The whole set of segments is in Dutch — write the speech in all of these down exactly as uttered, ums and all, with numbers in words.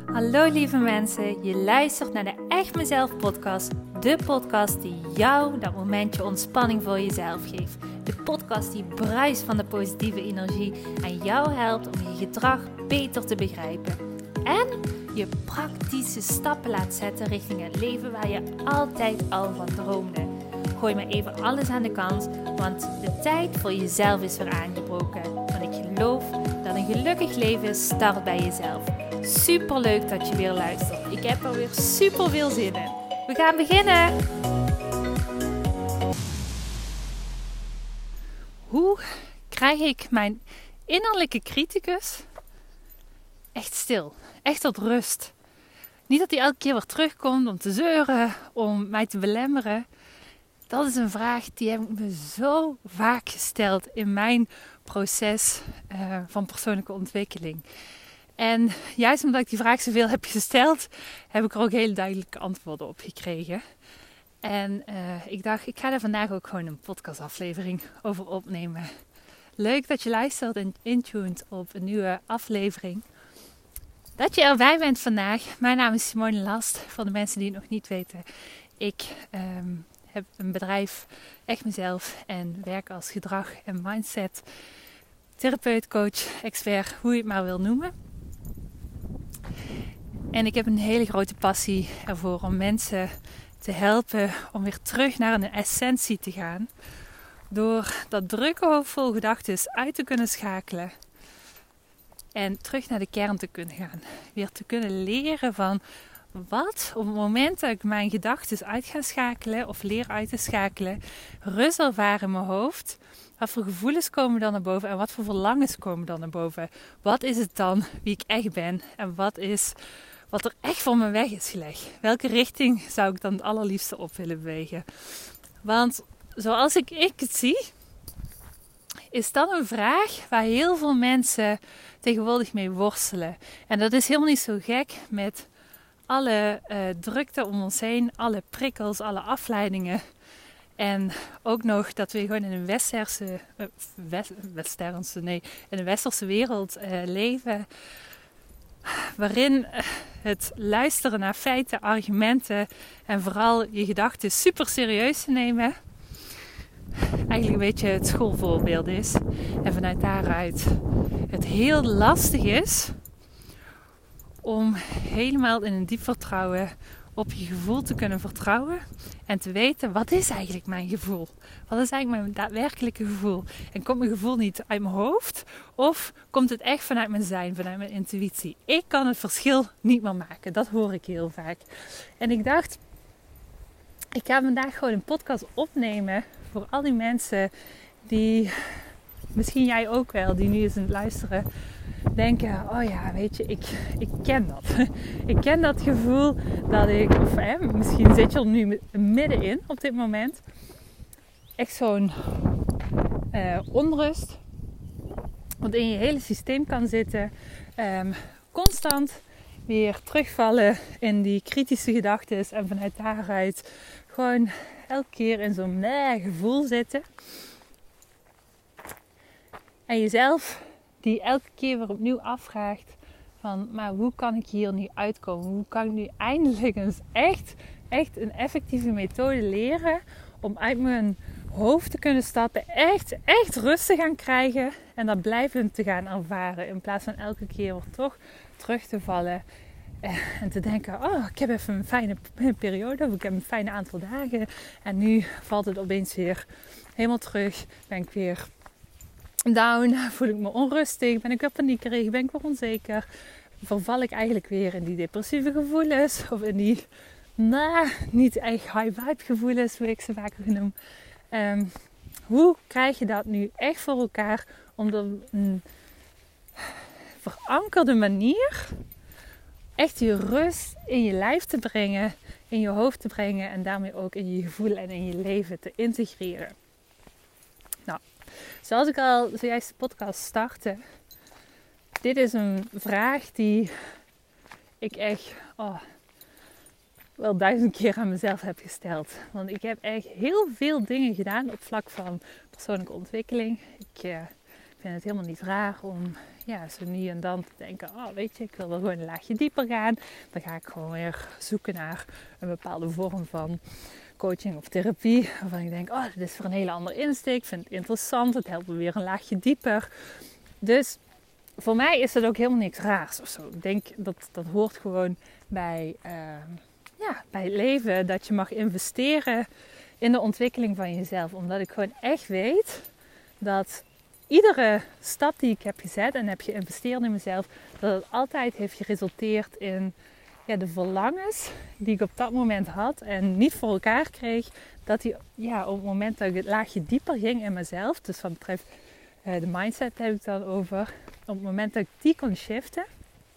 Hallo lieve mensen, je luistert naar de Echt Mezelf podcast. De podcast die jou dat momentje ontspanning voor jezelf geeft. De podcast die bruist van de positieve energie en jou helpt om je gedrag beter te begrijpen. En je praktische stappen laat zetten richting het leven waar je altijd al van droomde. Gooi maar even alles aan de kant, want de tijd voor jezelf is weer aangebroken. Want ik geloof dat een gelukkig leven start bij jezelf. Super leuk dat je weer luistert. Ik heb er weer super veel zin in. We gaan beginnen! Hoe krijg ik mijn innerlijke criticus echt stil? Echt tot rust. Niet dat hij elke keer weer terugkomt om te zeuren, om mij te belemmeren. Dat is een vraag die heb ik me zo vaak gesteld in mijn proces uh, van persoonlijke ontwikkeling. En juist omdat ik die vraag zoveel heb gesteld, heb ik er ook hele duidelijke antwoorden op gekregen. En uh, ik dacht, ik ga daar vandaag ook gewoon een podcastaflevering over opnemen. Leuk dat je luistert en intuned op een nieuwe aflevering. Dat je erbij bent vandaag. Mijn naam is Simone Last, voor de mensen die het nog niet weten. Ik um, heb een bedrijf, Echt Mezelf, en werk als gedrag en mindset therapeut, coach, expert, hoe je het maar wil noemen. En ik heb een hele grote passie ervoor om mensen te helpen om weer terug naar een essentie te gaan. Door dat drukke hoofd vol gedachten uit te kunnen schakelen. En terug naar de kern te kunnen gaan. Weer te kunnen leren van wat op het moment dat ik mijn gedachten uit ga schakelen of leer uit te schakelen, rust ervaren in mijn hoofd. Wat voor gevoelens komen dan naar boven en wat voor verlangens komen dan naar boven? Wat is het dan wie ik echt ben en wat is wat er echt voor me weg is gelegd? Welke richting zou ik dan het allerliefste op willen bewegen? Want zoals ik, ik het zie, is dat een vraag waar heel veel mensen tegenwoordig mee worstelen. En dat is helemaal niet zo gek met alle uh, drukte om ons heen, alle prikkels, alle afleidingen. En ook nog dat we gewoon in een westerse, uh, west, westerse, nee, in een westerse wereld uh, leven. Waarin het luisteren naar feiten, argumenten en vooral je gedachten super serieus te nemen eigenlijk een beetje het schoolvoorbeeld is. En vanuit daaruit het heel lastig is om helemaal in een diep vertrouwen op je gevoel te kunnen vertrouwen. En te weten, wat is eigenlijk mijn gevoel? Wat is eigenlijk mijn daadwerkelijke gevoel? En komt mijn gevoel niet uit mijn hoofd? Of komt het echt vanuit mijn zijn, vanuit mijn intuïtie? Ik kan het verschil niet meer maken. Dat hoor ik heel vaak. En ik dacht, ik ga vandaag gewoon een podcast opnemen voor al die mensen die, misschien jij ook wel, die nu eens aan het luisteren, denken, oh ja, weet je, ik, ik ken dat. Ik ken dat gevoel dat ik, of hè, misschien zit je er nu middenin op dit moment. Echt zo'n uh, onrust. Wat in je hele systeem kan zitten. Um, constant weer terugvallen in die kritische gedachten. En vanuit daaruit gewoon elke keer in zo'n nee gevoel zitten. En jezelf die elke keer weer opnieuw afvraagt van, maar hoe kan ik hier nu uitkomen? Hoe kan ik nu eindelijk eens echt, echt een effectieve methode leren om uit mijn hoofd te kunnen stappen, echt, echt rust te gaan krijgen en dat blijvend te gaan ervaren in plaats van elke keer weer toch terug te vallen en te denken, oh, ik heb even een fijne periode of ik heb een fijne aantal dagen en nu valt het opeens weer helemaal terug, ben ik weer down, voel ik me onrustig, ben ik weer paniekerig, ben ik weer onzeker, verval ik eigenlijk weer in die depressieve gevoelens of in die, nou, niet echt high vibe gevoelens, hoe ik ze vaker genoem. Um, hoe krijg je dat nu echt voor elkaar om op een verankerde manier echt je rust in je lijf te brengen, in je hoofd te brengen en daarmee ook in je gevoel en in je leven te integreren? Nou, zoals ik al zojuist de podcast startte, dit is een vraag die ik echt oh, wel duizend keer aan mezelf heb gesteld. Want ik heb echt heel veel dingen gedaan op vlak van persoonlijke ontwikkeling. Ik uh, vind het helemaal niet raar om ja, zo nu en dan te denken, oh weet je, ik wil wel gewoon een laagje dieper gaan. Dan ga ik gewoon weer zoeken naar een bepaalde vorm van coaching of therapie. Waarvan ik denk, oh, dit is voor een hele andere insteek. Ik vind het interessant, het helpt me weer een laagje dieper. Dus voor mij is dat ook helemaal niks raars of zo. Ik denk dat dat hoort gewoon bij, uh, ja, bij het leven. Dat je mag investeren in de ontwikkeling van jezelf. Omdat ik gewoon echt weet dat iedere stap die ik heb gezet en heb geïnvesteerd in mezelf, dat het altijd heeft geresulteerd in ja, de verlangens die ik op dat moment had en niet voor elkaar kreeg. Dat die ja, op het moment dat ik het laagje dieper ging in mezelf, dus wat betreft uh, de mindset heb ik dan over, op het moment dat ik die kon shiften,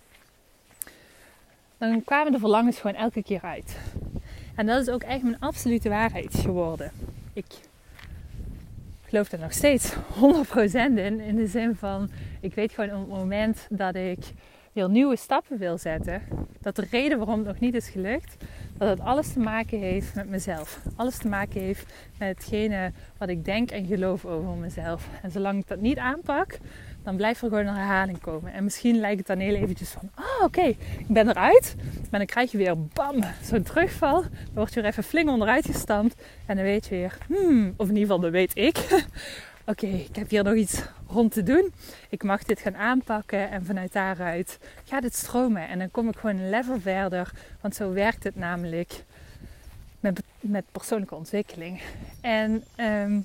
dan kwamen de verlangens gewoon elke keer uit. En dat is ook echt mijn absolute waarheid geworden. Ik geloof er nog steeds honderd procent in. In de zin van, ik weet gewoon op het moment dat ik weer nieuwe stappen wil zetten, dat de reden waarom het nog niet is gelukt, dat het alles te maken heeft met mezelf. Alles te maken heeft met hetgene wat ik denk en geloof over mezelf. En zolang ik dat niet aanpak, dan blijft er gewoon een herhaling komen. En misschien lijkt het dan heel eventjes van, oh oké, okay, ik ben eruit. Maar dan krijg je weer, bam, zo'n terugval. Dan word je weer even flink onderuit gestampt. En dan weet je weer, hmm, of in ieder geval, dat weet ik. Oké, okay, ik heb hier nog iets rond te doen. Ik mag dit gaan aanpakken. En vanuit daaruit gaat het stromen. En dan kom ik gewoon een level verder. Want zo werkt het namelijk met, met persoonlijke ontwikkeling. En Um,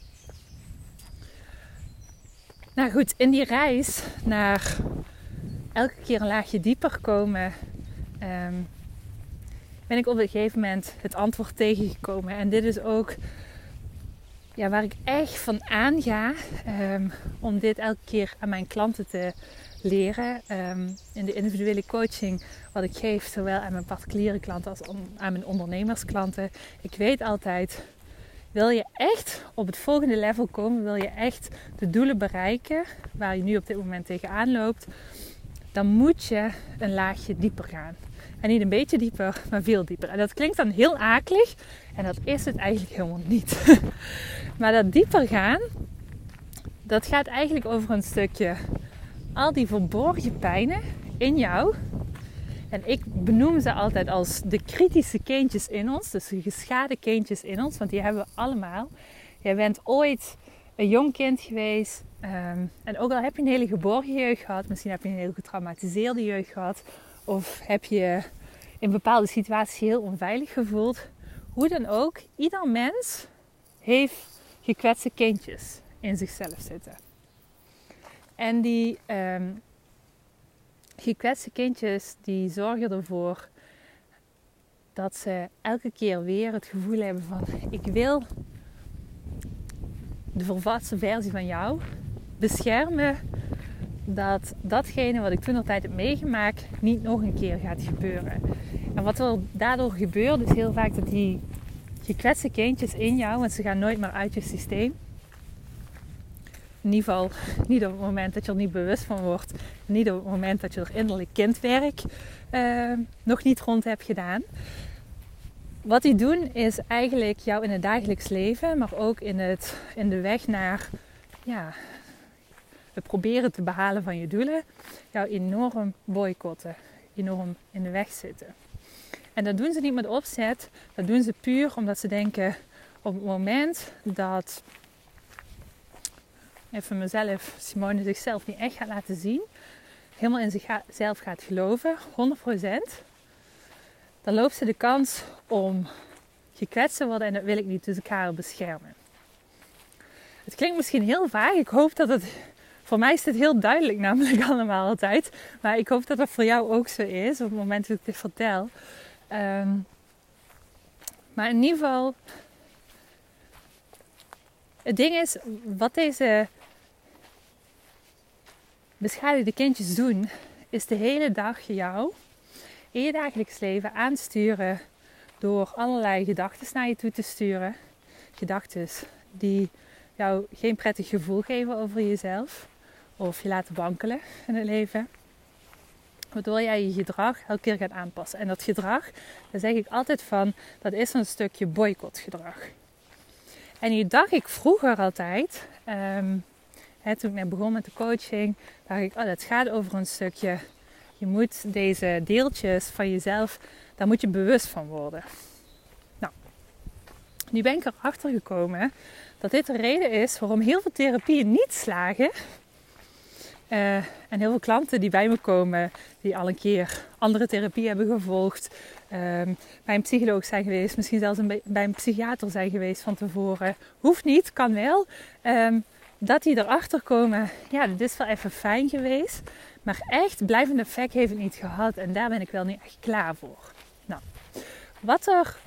Nou goed, in die reis naar elke keer een laagje dieper komen, um, ben ik op een gegeven moment het antwoord tegengekomen. En dit is ook ja, waar ik echt van aanga um, om dit elke keer aan mijn klanten te leren. Um, in de individuele coaching wat ik geef, zowel aan mijn particuliere klanten als on- aan mijn ondernemersklanten. Ik weet altijd, wil je echt op het volgende level komen, wil je echt de doelen bereiken waar je nu op dit moment tegenaan loopt, dan moet je een laagje dieper gaan. En niet een beetje dieper, maar veel dieper. En dat klinkt dan heel akelig en dat is het eigenlijk helemaal niet. Maar dat dieper gaan, dat gaat eigenlijk over een stukje al die verborgen pijnen in jou. En ik benoem ze altijd als de kritische kindjes in ons. Dus de geschade kindjes in ons. Want die hebben we allemaal. Jij bent ooit een jong kind geweest. Um, en ook al heb je een hele geborgen jeugd gehad. Misschien heb je een heel getraumatiseerde jeugd gehad. Of heb je in bepaalde situaties heel onveilig gevoeld. Hoe dan ook. Ieder mens heeft gekwetste kindjes in zichzelf zitten. En die Um, gekwetste kindjes die zorgen ervoor dat ze elke keer weer het gevoel hebben van, ik wil de volwassen versie van jou beschermen, dat datgene wat ik toen altijd heb meegemaakt niet nog een keer gaat gebeuren. En wat er daardoor gebeurt is heel vaak dat die gekwetste kindjes in jou, want ze gaan nooit meer uit je systeem. In ieder geval niet op het moment dat je er niet bewust van wordt. Niet op het moment dat je er innerlijk kindwerk uh, nog niet rond hebt gedaan. Wat die doen is eigenlijk jou in het dagelijks leven, maar ook in, het, in de weg naar ja, het proberen te behalen van je doelen, jou enorm boycotten, enorm in de weg zitten. En dat doen ze niet met opzet, dat doen ze puur omdat ze denken op het moment dat even mezelf, Simone zichzelf niet echt gaat laten zien, helemaal in zichzelf gaat geloven, honderd procent, dan loopt ze de kans om gekwetst te worden en dat wil ik niet, dus ik ga haar beschermen. Het klinkt misschien heel vaag, ik hoop dat het, voor mij is dit heel duidelijk namelijk allemaal altijd, maar ik hoop dat dat voor jou ook zo is, op het moment dat ik dit vertel. Um, maar in ieder geval, het ding is, wat deze beschadigde kindjes doen, is de hele dag jou in je dagelijks leven aansturen door allerlei gedachten naar je toe te sturen. Gedachten die jou geen prettig gevoel geven over jezelf of je laten wankelen in het leven. Waardoor jij je gedrag elke keer gaat aanpassen. En dat gedrag, daar zeg ik altijd van, dat is een stukje boycottgedrag. En hier dacht ik vroeger altijd, um, He, toen ik net begon met de coaching, dacht ik, oh, dat gaat over een stukje. Je moet deze deeltjes van jezelf, daar moet je bewust van worden. Nou, nu ben ik erachter gekomen dat dit de reden is waarom heel veel therapieën niet slagen. Uh, en heel veel klanten die bij me komen, die al een keer andere therapie hebben gevolgd, um, bij een psycholoog zijn geweest, misschien zelfs een, bij een psychiater zijn geweest van tevoren. Hoeft niet, kan wel. Um, dat die erachter komen, ja, dit is wel even fijn geweest, maar echt blijvend effect heeft het niet gehad en daar ben ik wel niet echt klaar voor. Nou, wat er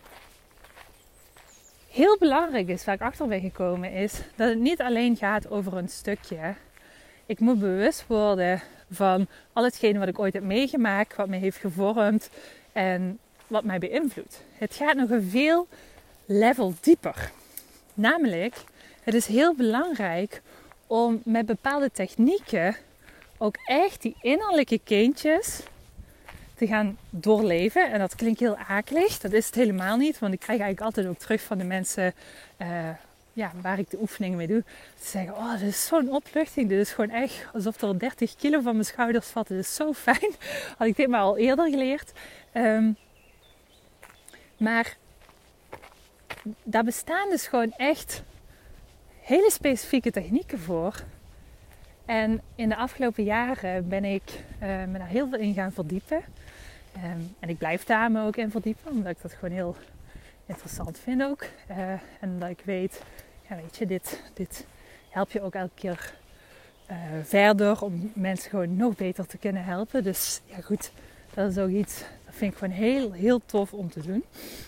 heel belangrijk is, waar ik achter ben gekomen, is dat het niet alleen gaat over een stukje. Ik moet bewust worden van al hetgene wat ik ooit heb meegemaakt, wat mij heeft gevormd en wat mij beïnvloedt. Het gaat nog een veel level dieper. Namelijk, het is heel belangrijk om met bepaalde technieken ook echt die innerlijke kindjes te gaan doorleven. En dat klinkt heel akelig, dat is het helemaal niet, want ik krijg eigenlijk altijd ook terug van de mensen Uh, ja, waar ik de oefeningen mee doe. Ze zeggen, oh, dit is zo'n opluchting. Dit is gewoon echt alsof er dertig kilo van mijn schouders valt. Dit is zo fijn. Had ik dit maar al eerder geleerd. Um, maar daar bestaan dus gewoon echt hele specifieke technieken voor. En in de afgelopen jaren ben ik uh, me daar heel veel in gaan verdiepen. Um, en ik blijf daar me ook in verdiepen. Omdat ik dat gewoon heel interessant vind ook. Uh, en dat ik weet, ja, weet je, dit, dit helpt je ook elke keer uh, verder om mensen gewoon nog beter te kunnen helpen. Dus ja goed, dat is ook iets, dat vind ik gewoon heel, heel tof om te doen.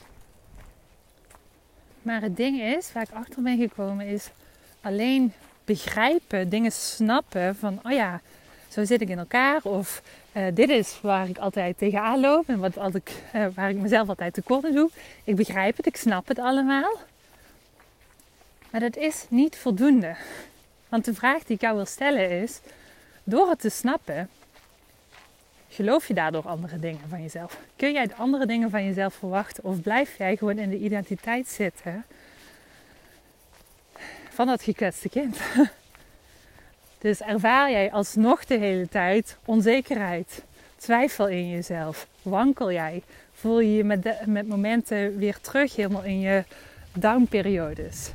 Maar het ding is, waar ik achter ben gekomen, is alleen begrijpen, dingen snappen van, oh ja, zo zit ik in elkaar. Of uh, dit is waar ik altijd tegenaan loop en wat altijd, uh, waar ik mezelf altijd tekort in doe. Ik begrijp het, ik snap het allemaal. Maar dat is niet voldoende. Want de vraag die ik jou wil stellen is, door het te snappen, geloof je daardoor andere dingen van jezelf? Kun jij andere dingen van jezelf verwachten? Of blijf jij gewoon in de identiteit zitten van dat gekwetste kind? Dus ervaar jij alsnog de hele tijd onzekerheid, twijfel in jezelf, wankel jij, voel je je met, de, met momenten weer terug helemaal in je downperiodes.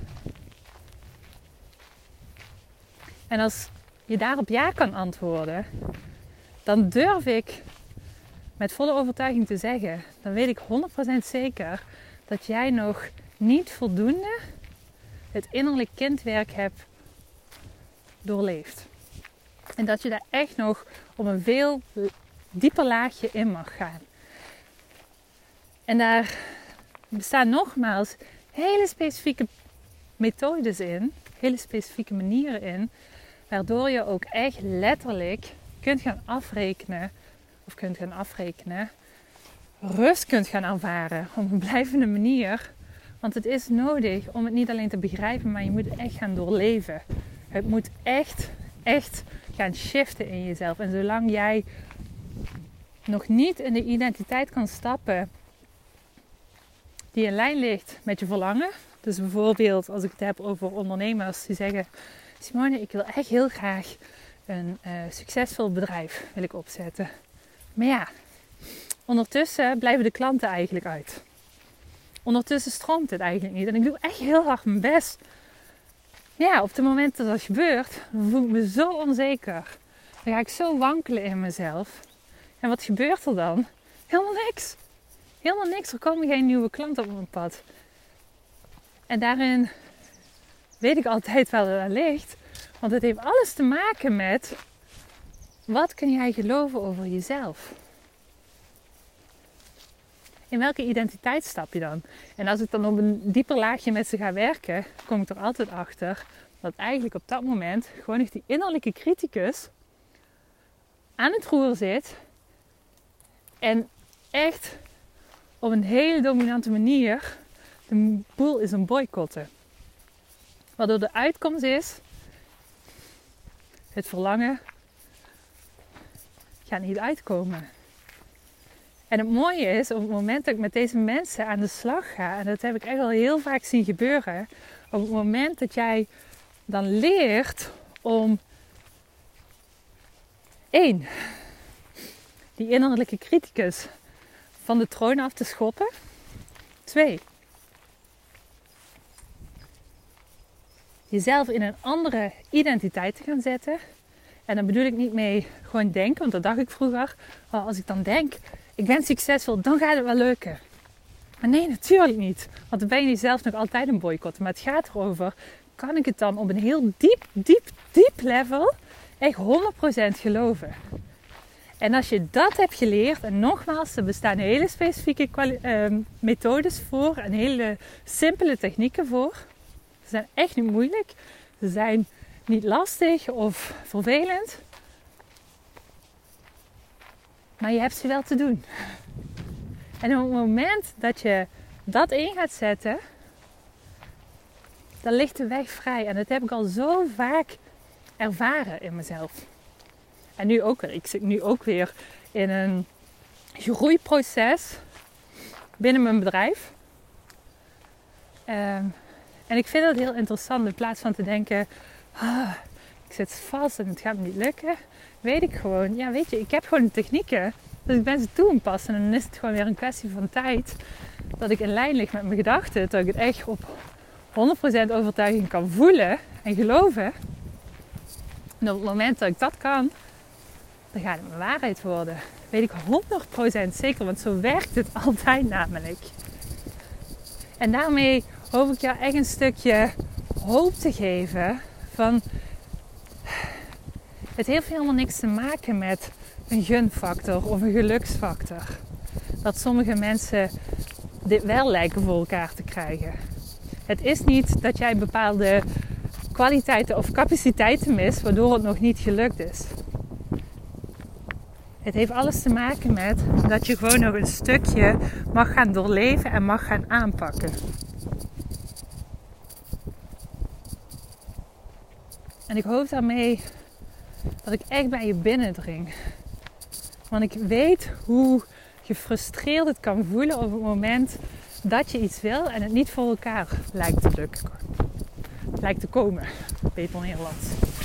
En als je daarop ja kan antwoorden, dan durf ik met volle overtuiging te zeggen, dan weet ik honderd procent zeker dat jij nog niet voldoende het innerlijk kindwerk hebt doorleefd. En dat je daar echt nog op een veel dieper laagje in mag gaan. En daar bestaan nogmaals hele specifieke methodes in, hele specifieke manieren in, waardoor je ook echt letterlijk kunt gaan afrekenen, of kunt gaan afrekenen, rust kunt gaan ervaren op een blijvende manier. Want het is nodig om het niet alleen te begrijpen, maar je moet het echt gaan doorleven. Het moet echt, echt gaan shiften in jezelf. En zolang jij nog niet in de identiteit kan stappen die in lijn ligt met je verlangen. Dus bijvoorbeeld als ik het heb over ondernemers die zeggen, Simone, ik wil echt heel graag een uh, succesvol bedrijf wil ik opzetten. Maar ja, ondertussen blijven de klanten eigenlijk uit. Ondertussen stroomt het eigenlijk niet. En ik doe echt heel hard mijn best. Ja, op het moment dat dat gebeurt, dan voel ik me zo onzeker. Dan ga ik zo wankelen in mezelf. En wat gebeurt er dan? Helemaal niks. Helemaal niks. Er komen geen nieuwe klanten op mijn pad. En daarin weet ik altijd wel dat dat ligt. Want het heeft alles te maken met, wat kun jij geloven over jezelf? In welke identiteit stap je dan? En als ik dan op een dieper laagje met ze ga werken, kom ik er altijd achter dat eigenlijk op dat moment gewoon nog die innerlijke criticus aan het roer zit en echt op een hele dominante manier de boel is een boycotten. Waardoor de uitkomst is, het verlangen gaat niet uitkomen. En het mooie is, op het moment dat ik met deze mensen aan de slag ga, en dat heb ik echt al heel vaak zien gebeuren, op het moment dat jij dan leert om één, die innerlijke criticus van de troon af te schoppen. Twee, jezelf in een andere identiteit te gaan zetten. En dan bedoel ik niet mee gewoon denken, want dat dacht ik vroeger. Oh, als ik dan denk, ik ben succesvol, dan gaat het wel lukken. Maar nee, natuurlijk niet. Want dan ben je jezelf nog altijd een boycotten. Maar het gaat erover, kan ik het dan op een heel diep, diep, diep level echt honderd procent geloven? En als je dat hebt geleerd, en nogmaals, er bestaan hele specifieke kwali- uh, methodes voor en hele simpele technieken voor. Ze zijn echt niet moeilijk. Ze zijn niet lastig of vervelend. Maar je hebt ze wel te doen. En op het moment dat je dat in gaat zetten, dan ligt de weg vrij. En dat heb ik al zo vaak ervaren in mezelf. En nu ook weer. Ik zit nu ook weer in een groeiproces binnen mijn bedrijf. Um, en ik vind dat heel interessant. In plaats van te denken, ah, ik zit vast en het gaat me niet lukken. Weet ik gewoon, ja weet je, ik heb gewoon de technieken. Dus ik ben ze toe aan het passen. En dan is het gewoon weer een kwestie van tijd. Dat ik in lijn lig met mijn gedachten. Dat ik het echt op honderd procent overtuiging kan voelen en geloven. En op het moment dat ik dat kan, dan gaat het mijn waarheid worden. Weet ik honderd procent zeker, want zo werkt het altijd namelijk. En daarmee hoop ik jou echt een stukje hoop te geven van, het heeft helemaal niks te maken met een gunfactor of een geluksfactor. Dat sommige mensen dit wel lijken voor elkaar te krijgen. Het is niet dat jij bepaalde kwaliteiten of capaciteiten mist, waardoor het nog niet gelukt is. Het heeft alles te maken met dat je gewoon nog een stukje mag gaan doorleven en mag gaan aanpakken. En ik hoop daarmee dat ik echt bij je binnendring. Want ik weet hoe gefrustreerd het kan voelen op het moment dat je iets wil en het niet voor elkaar lijkt te lukken. Lijkt te komen, beter Nederlands.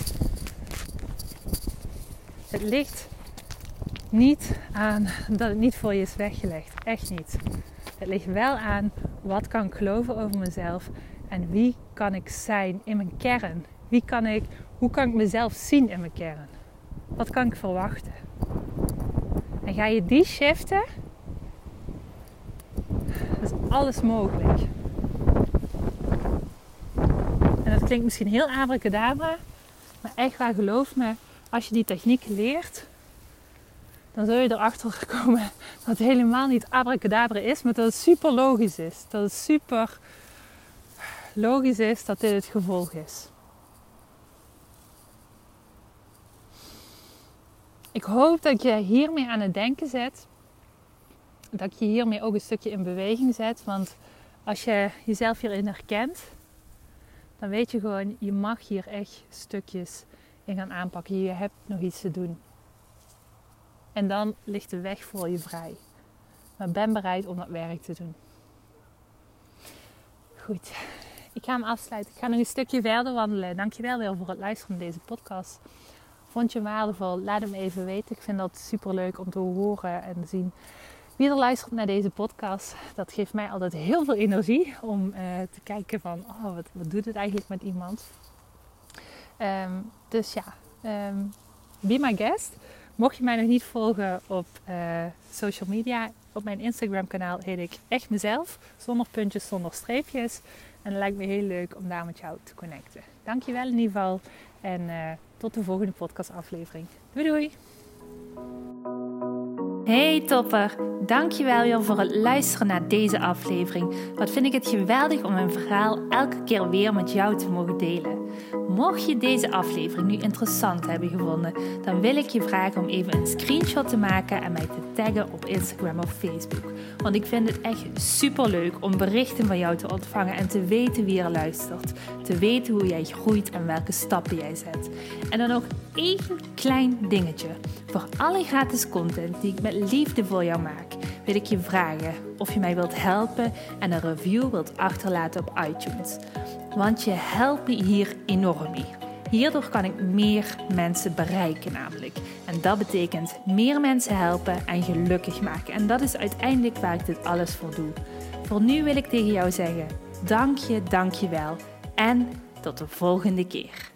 Het ligt niet aan dat het niet voor je is weggelegd. Echt niet. Het ligt wel aan wat kan ik geloven over mezelf en wie kan ik zijn in mijn kern. Wie kan ik, hoe kan ik mezelf zien in mijn kern? Wat kan ik verwachten? En ga je die shiften, dan is alles mogelijk. En dat klinkt misschien heel abracadabra, maar echt waar, geloof me, als je die techniek leert, dan zul je erachter komen dat het helemaal niet abracadabra is, maar dat het super logisch is. Dat het super logisch is dat dit het gevolg is. Ik hoop dat je hiermee aan het denken zet. Dat je hiermee ook een stukje in beweging zet. Want als je jezelf hierin herkent, dan weet je gewoon, je mag hier echt stukjes in gaan aanpakken. Je hebt nog iets te doen. En dan ligt de weg voor je vrij. Maar ben bereid om dat werk te doen. Goed, ik ga hem afsluiten. Ik ga nog een stukje verder wandelen. Dankjewel weer voor het luisteren naar deze podcast. Vond je hem waardevol? Laat het me even weten. Ik vind dat super leuk om te horen en te zien wie er luistert naar deze podcast. Dat geeft mij altijd heel veel energie om uh, te kijken van, oh, wat, wat doet het eigenlijk met iemand? Um, dus ja, um, be my guest. Mocht je mij nog niet volgen op uh, social media, op mijn Instagram kanaal heet ik echt mezelf, zonder puntjes, zonder streepjes. En het lijkt me heel leuk om daar met jou te connecten. Dankjewel in ieder geval en uh, tot de volgende podcastaflevering. Doei doei! Hey topper, dankjewel weer voor het luisteren naar deze aflevering. Wat vind ik het geweldig om mijn verhaal elke keer weer met jou te mogen delen. Mocht je deze aflevering nu interessant hebben gevonden, dan wil ik je vragen om even een screenshot te maken en mij te taggen op Instagram of Facebook. Want ik vind het echt super leuk om berichten van jou te ontvangen en te weten wie er luistert. Te weten hoe jij groeit en welke stappen jij zet. En dan nog één klein dingetje. Voor alle gratis content die ik met liefde voor jou maak, wil ik je vragen of je mij wilt helpen en een review wilt achterlaten op iTunes. Want je helpt me hier enorm mee. Hierdoor kan ik meer mensen bereiken namelijk. En dat betekent meer mensen helpen en gelukkig maken. En dat is uiteindelijk waar ik dit alles voor doe. Voor nu wil ik tegen jou zeggen, dank je, dank je wel. En tot de volgende keer.